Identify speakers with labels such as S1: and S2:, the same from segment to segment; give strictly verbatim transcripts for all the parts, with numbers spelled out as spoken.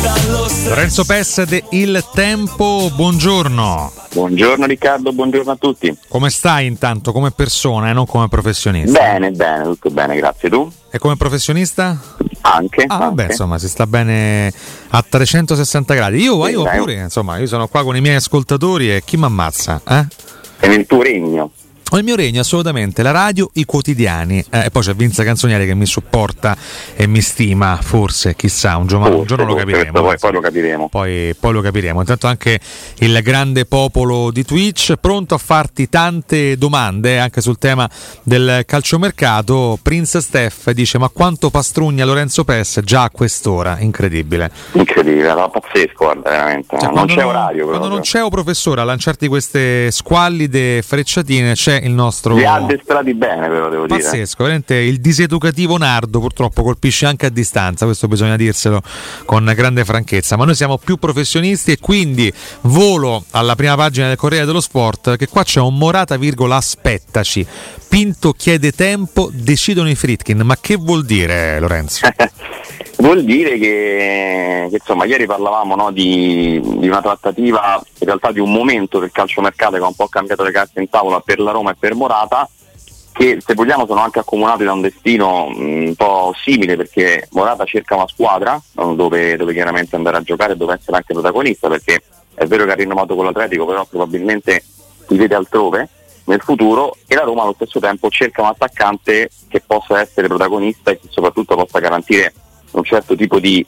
S1: Lorenzo Pes de Il Tempo, buongiorno.
S2: Buongiorno Riccardo, buongiorno a tutti.
S1: Come stai intanto, come persona e non come professionista?
S2: Bene, bene, tutto bene, grazie. Tu?
S1: E come professionista?
S2: Anche.
S1: Ah,
S2: anche.
S1: Beh, insomma, si sta bene a trecentosessanta gradi. Io,
S2: Sì,
S1: io
S2: dai.
S1: pure, insomma, io sono qua con i miei ascoltatori e chi mi ammazza? Eh?
S2: È nel tuo regno.
S1: Ho il mio regno, assolutamente, la radio, i quotidiani, eh, e poi c'è Vinza Canzonieri che mi supporta e mi stima, forse, chissà, un giorno,
S2: Forse,
S1: un giorno lo
S2: forse,
S1: capiremo.
S2: poi,
S1: Poi,
S2: poi lo capiremo.
S1: Poi, poi lo capiremo. Intanto anche il grande popolo di Twitch, pronto a farti tante domande anche sul tema del calciomercato. Prince Steph dice: ma quanto pastrugna Lorenzo Pes già a quest'ora? Incredibile.
S2: Incredibile, era pazzesco, guarda, veramente.
S1: Cioè,
S2: non c'è
S1: non,
S2: orario.
S1: Quando
S2: proprio.
S1: non c'è un professore a lanciarti queste squallide frecciatine, c'è il nostro.
S2: Li ha addestrati bene, però devo dire.
S1: Pazzesco, veramente il diseducativo Nardo purtroppo colpisce anche a distanza, questo bisogna dirselo con grande franchezza, ma noi siamo più professionisti e quindi volo alla prima pagina del Corriere dello Sport che qua c'è un Morata virgola aspettaci, Pinto chiede tempo, decidono i Friedkin, ma che vuol dire, Lorenzo?
S2: Vuol dire che, che insomma ieri parlavamo, no, di, di una trattativa, in realtà di un momento del calciomercato che ha un po' cambiato le carte in tavola per la Roma e per Morata, che se vogliamo sono anche accomunati da un destino mh, un po' simile, perché Morata cerca una squadra dove, dove chiaramente andare a giocare e dove essere anche protagonista, perché è vero che ha rinnovato con l'Atletico, però probabilmente si vede altrove nel futuro, e la Roma allo stesso tempo cerca un attaccante che possa essere protagonista e che soprattutto possa garantire un certo tipo di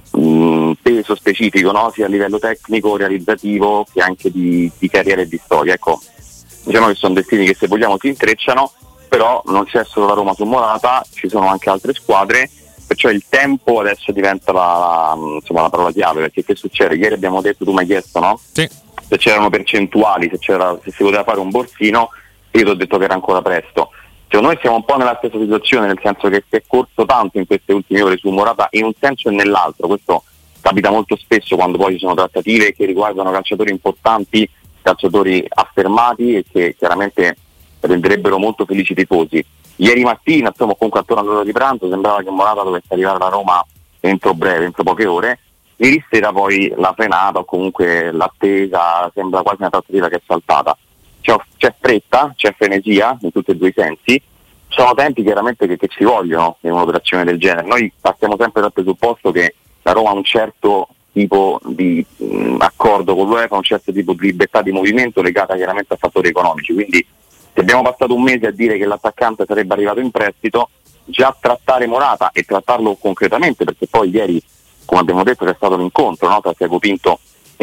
S2: mh, peso specifico, no? Sia a livello tecnico, realizzativo che anche di, di carriera e di storia. Ecco, diciamo che sono destini che se vogliamo si intrecciano, però non c'è solo la Roma su Morata, ci sono anche altre squadre, perciò il tempo adesso diventa la, la, insomma, la parola chiave, perché che succede? Ieri abbiamo detto, tu mi hai chiesto, no?
S1: Sì.
S2: Se c'erano percentuali, se, c'era, se si poteva fare un borsino, io ti ho detto che era ancora presto. Cioè, noi siamo un po' nella stessa situazione, nel senso che si è corso tanto in queste ultime ore su Morata in un senso e nell'altro. Questo capita molto spesso quando poi ci sono trattative che riguardano calciatori importanti, calciatori affermati e che chiaramente renderebbero molto felici i tifosi. Ieri mattina, insomma, comunque attorno all'ora di pranzo sembrava che Morata dovesse arrivare alla Roma entro breve, entro poche ore. Ieri sera poi la frenata o comunque l'attesa sembra quasi una trattativa che è saltata. C'è, c'è fretta, c'è frenesia in tutti e due i sensi, sono tempi chiaramente che, che ci vogliono in un'operazione del genere. Noi partiamo sempre dal presupposto che la Roma ha un certo tipo di mh, accordo con l'UEFA, un certo tipo di libertà di movimento legata chiaramente a fattori economici, quindi se abbiamo passato un mese a dire che l'attaccante sarebbe arrivato in prestito, già trattare Morata e trattarlo concretamente, perché poi ieri, come abbiamo detto, c'è stato l'incontro, no, tra Tiago Pinto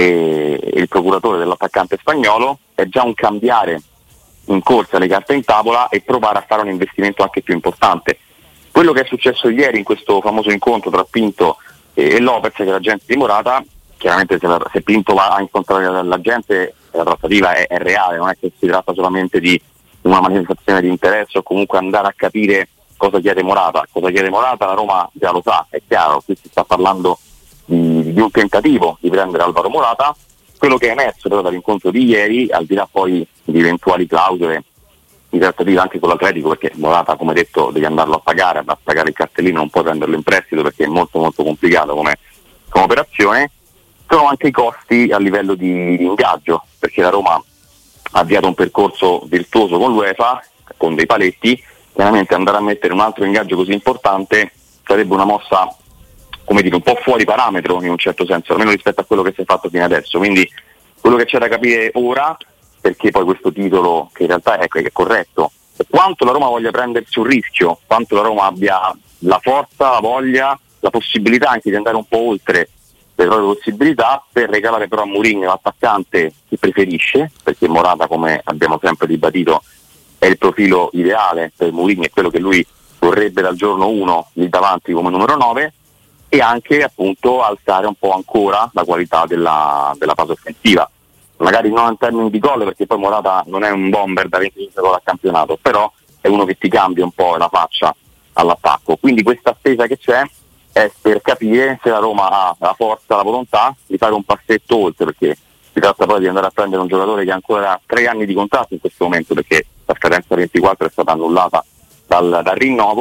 S2: e il procuratore dell'attaccante spagnolo, è già un cambiare in corsa le carte in tavola e provare a fare un investimento anche più importante. Quello che è successo ieri in questo famoso incontro tra Pinto e Lopez, che è l'agente di Morata, chiaramente se, la, se Pinto va a incontrare l'agente, la trattativa è, è reale, non è che si tratta solamente di una manifestazione di interesse o comunque andare a capire cosa chiede Morata. Cosa chiede Morata la Roma già lo sa, è chiaro, qui si sta parlando di, di un tentativo di prendere Alvaro Morata. Quello che è emerso però dall'incontro di ieri, al di là poi di eventuali clausole di trattativa anche con l'Atletico, perché Morata, come detto, devi andarlo a pagare, a pagare il cartellino, non puoi prenderlo in prestito perché è molto molto complicato come, come operazione, sono anche i costi a livello di, di ingaggio, perché la Roma ha avviato un percorso virtuoso con l'UEFA, con dei paletti. Chiaramente andare a mettere un altro ingaggio così importante sarebbe una mossa, come dire, un po' fuori parametro in un certo senso, almeno rispetto a quello che si è fatto fino adesso. Quindi quello che c'è da capire ora, perché poi questo titolo, che in realtà è, è corretto, è quanto la Roma voglia prendersi un rischio, quanto la Roma abbia la forza, la voglia, la possibilità anche di andare un po' oltre le proprie possibilità per regalare però a Mourinho l'attaccante che preferisce, perché Morata, come abbiamo sempre ribadito, è il profilo ideale per Mourinho, è quello che lui vorrebbe dal giorno uno lì davanti come numero nove, e anche appunto alzare un po' ancora la qualità della, della fase offensiva, magari non in termini di gol, perché poi Morata non è un bomber da venticinque gol al campionato, però è uno che ti cambia un po' la faccia all'attacco. Quindi questa attesa che c'è è per capire se la Roma ha la forza, la volontà di fare un passetto oltre, perché si tratta poi di andare a prendere un giocatore che ha ancora tre anni di contratto in questo momento, perché la scadenza ventiquattro è stata annullata dal, dal rinnovo,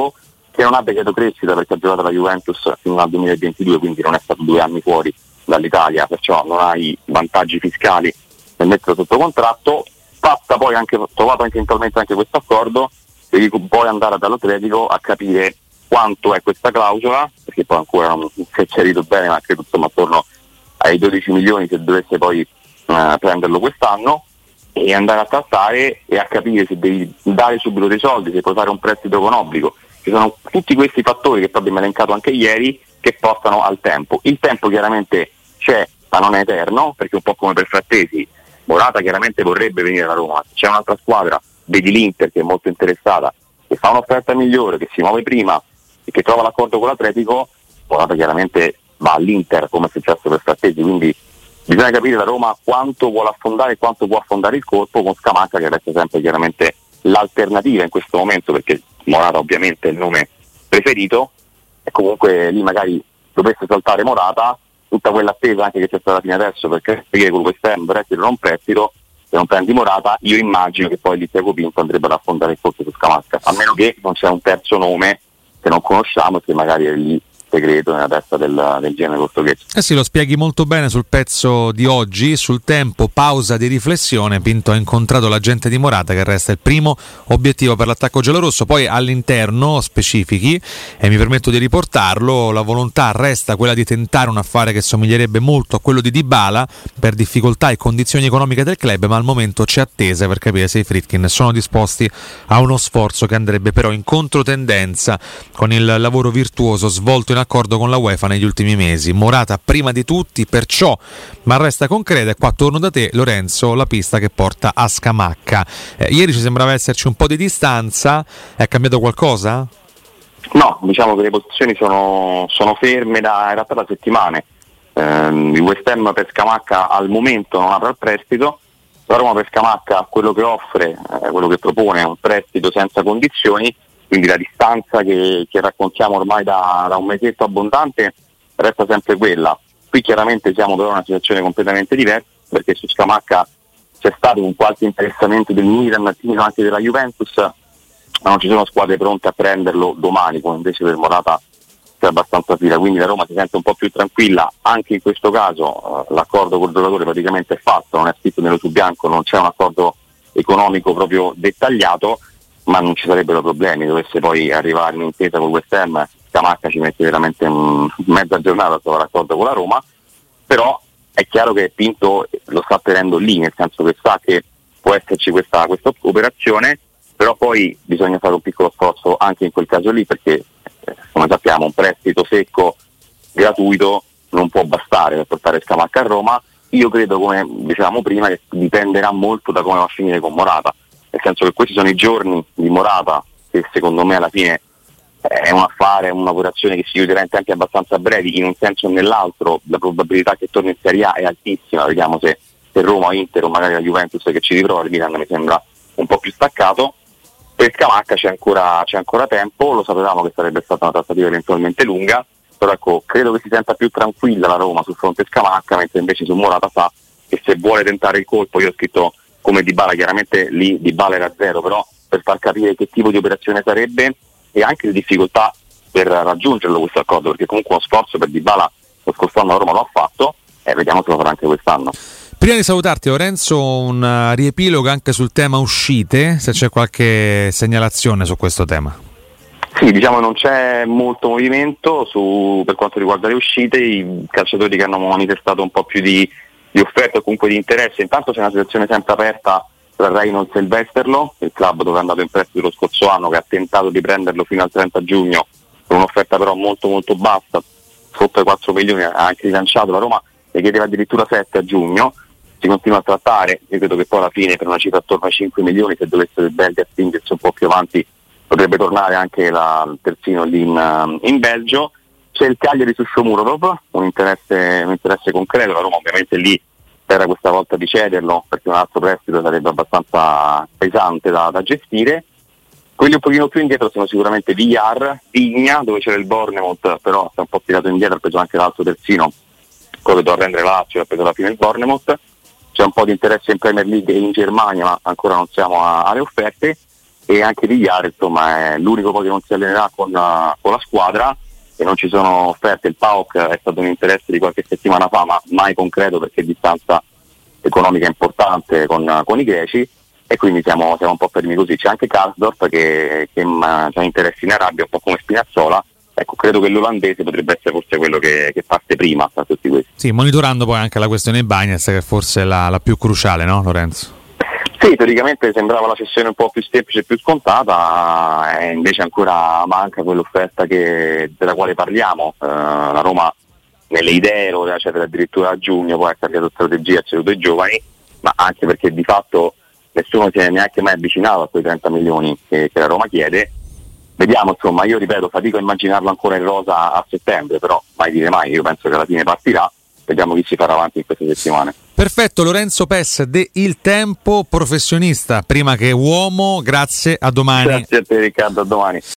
S2: che non ha decreto crescita perché ha giocato la Juventus fino al duemilaventidue, quindi non è stato due anni fuori dall'Italia, perciò non ha i vantaggi fiscali nel metterlo sotto contratto. Fatta poi anche, trovato anche eventualmente anche questo accordo, devi poi andare dall'Atletico a capire quanto è questa clausola, perché poi ancora non si è chiarito bene, ma credo insomma attorno ai dodici milioni se dovesse poi eh, prenderlo quest'anno, e andare a trattare e a capire se devi dare subito dei soldi, se puoi fare un prestito con obbligo. Ci sono tutti questi fattori che poi abbiamo elencato anche ieri che portano al tempo. Il tempo chiaramente c'è, ma non è eterno, perché un po' come per Frattesi, Morata chiaramente vorrebbe venire alla Roma, c'è un'altra squadra, vedi l'Inter che è molto interessata, che fa un'offerta migliore, che si muove prima e che trova l'accordo con l'Atletico, Morata chiaramente va all'Inter come è successo per Frattesi, quindi bisogna capire la Roma quanto vuole affondare e quanto può affondare il colpo con Scamacca, che resta sempre chiaramente l'alternativa in questo momento, perché Morata ovviamente è il nome preferito, e comunque lì magari dovesse saltare Morata, tutta quell'attesa anche che c'è stata fino adesso per capire con quest'anno prestito o non prestito, se non prendi Morata io immagino che poi l'Itiago Pinto andrebbe ad affondare il colpo su Scamacca, a meno che non c'è un terzo nome che non conosciamo e che magari è lì segreto nella testa del, del genere portoghese.
S1: Eh sì, lo spieghi molto bene sul pezzo di oggi. Sul Tempo, pausa di riflessione, Pinto ha incontrato l'agente di Morata, che resta il primo obiettivo per l'attacco giallorosso. Poi all'interno specifichi, e mi permetto di riportarlo, la volontà resta quella di tentare un affare che somiglierebbe molto a quello di Dybala per difficoltà e condizioni economiche del club, ma al momento c'è attesa per capire se i Friedkin sono disposti a uno sforzo che andrebbe però in controtendenza con il lavoro virtuoso svolto in accordo con la UEFA negli ultimi mesi. Morata prima di tutti, perciò, ma resta concreta. E qua torno da te, Lorenzo, la pista che porta a Scamacca. Eh, ieri ci sembrava esserci un po' di distanza, è cambiato qualcosa?
S2: No, diciamo che le posizioni sono, sono ferme da, in realtà da settimane. Eh, il West Ham per Scamacca al momento non apre il prestito, la Roma per Scamacca quello che offre, eh, quello che propone è un prestito senza condizioni, quindi la distanza che, che raccontiamo ormai da, da un mesetto abbondante resta sempre quella. Qui chiaramente siamo però in una situazione completamente diversa, perché su Scamacca c'è stato un qualche interessamento del Milan, anche della Juventus, ma non ci sono squadre pronte a prenderlo domani, come invece per Morata c'è abbastanza fila, quindi la Roma si sente un po' più tranquilla. Anche in questo caso eh, l'accordo col giocatore praticamente è fatto, non è scritto nero su bianco, non c'è un accordo economico proprio dettagliato, ma non ci sarebbero problemi. Dovesse poi arrivare in intesa con West Ham, Scamacca ci mette veramente um, mezza giornata a trovare l'accordo con la Roma, però è chiaro che Pinto lo sta tenendo lì, nel senso che sa che può esserci questa, questa operazione, però poi bisogna fare un piccolo sforzo anche in quel caso lì, perché eh, come sappiamo un prestito secco gratuito non può bastare per portare Scamacca a Roma. Io credo, come dicevamo prima, che dipenderà molto da come va a finire con Morata, nel senso che questi sono i giorni di Morata, che secondo me alla fine è un affare, è un'operazione che si chiuderà in tempi abbastanza brevi, in un senso o nell'altro la probabilità che torni in Serie A è altissima, vediamo se, se Roma o Inter o magari la Juventus che ci riprova, il Milan mi sembra un po' più staccato. Per Scamacca c'è ancora, c'è ancora tempo, lo sapevamo che sarebbe stata una trattativa eventualmente lunga, però ecco, credo che si senta più tranquilla la Roma sul fronte Scamacca, mentre invece su Morata sa che se vuole tentare il colpo, io ho scritto come Dybala, chiaramente lì Dybala era zero, però per far capire che tipo di operazione sarebbe e anche le difficoltà per raggiungerlo questo accordo, perché comunque uno sforzo per Dybala lo scorso anno a Roma lo ha fatto e vediamo se lo farà anche quest'anno.
S1: Prima di salutarti, Lorenzo, un riepilogo anche sul tema uscite, se c'è qualche segnalazione su questo tema.
S2: Sì, diciamo non c'è molto movimento su, per quanto riguarda le uscite, i calciatori che hanno manifestato un po' più di di offerta o comunque di interesse. Intanto c'è una situazione sempre aperta tra Reynolds e il Westerlo, il club dove è andato in prestito lo scorso anno, che ha tentato di prenderlo fino al trenta giugno con un'offerta però molto molto bassa, sotto i quattro milioni, ha anche rilanciato, la Roma le chiedeva addirittura sette a giugno, si continua a trattare, io credo che poi alla fine per una cifra attorno ai cinque milioni, se dovesse il Belgio spingersi un po' più avanti potrebbe tornare anche la, il terzino lì in, in Belgio. C'è il Cagliari su Shomurodov, un interesse, un interesse concreto, la Roma ovviamente lì spera questa volta di cederlo perché un altro prestito sarebbe abbastanza pesante da, da gestire. Quelli un pochino più indietro sono sicuramente Villar, Vigna, dove c'era il Bournemouth, però si è un po' tirato indietro, ha preso anche l'altro terzino, quello che doveva prendere la Lazio, ha preso alla fine il Bournemouth. C'è un po' di interesse in Premier League e in Germania, ma ancora non siamo a, alle offerte. e anche Vigliare insomma è l'unico poi che non si allenerà con, uh, con la squadra e non ci sono offerte. Il P A O K è stato un interesse di qualche settimana fa, ma mai concreto perché distanza economica importante con, uh, con i greci, e quindi siamo, siamo un po' fermi così. C'è anche Karsdorp che, che ha interessi in Arabia, un po' come Spinazzola. Ecco, credo che l'olandese potrebbe essere forse quello che, che parte prima tra tutti questi.
S1: Sì, monitorando poi anche la questione Bagnez, che forse è la, la più cruciale, no Lorenzo?
S2: Sì, teoricamente sembrava la cessione un po' più semplice e più scontata, e invece ancora manca quell'offerta che, della quale parliamo. Uh, la Roma nelle idee voleva cedere addirittura a giugno, poi ha cambiato strategia, ha ceduto i giovani, ma anche perché di fatto nessuno si è neanche mai avvicinato a quei trenta milioni che, che la Roma chiede. Vediamo, insomma, io ripeto, fatico a immaginarlo ancora in rosa a settembre, però mai dire mai, io penso che alla fine partirà, vediamo chi si farà avanti in queste settimane.
S1: Perfetto, Lorenzo Pes de Il Tempo, professionista prima che uomo, grazie, a domani.
S2: Grazie a te Riccardo, a domani.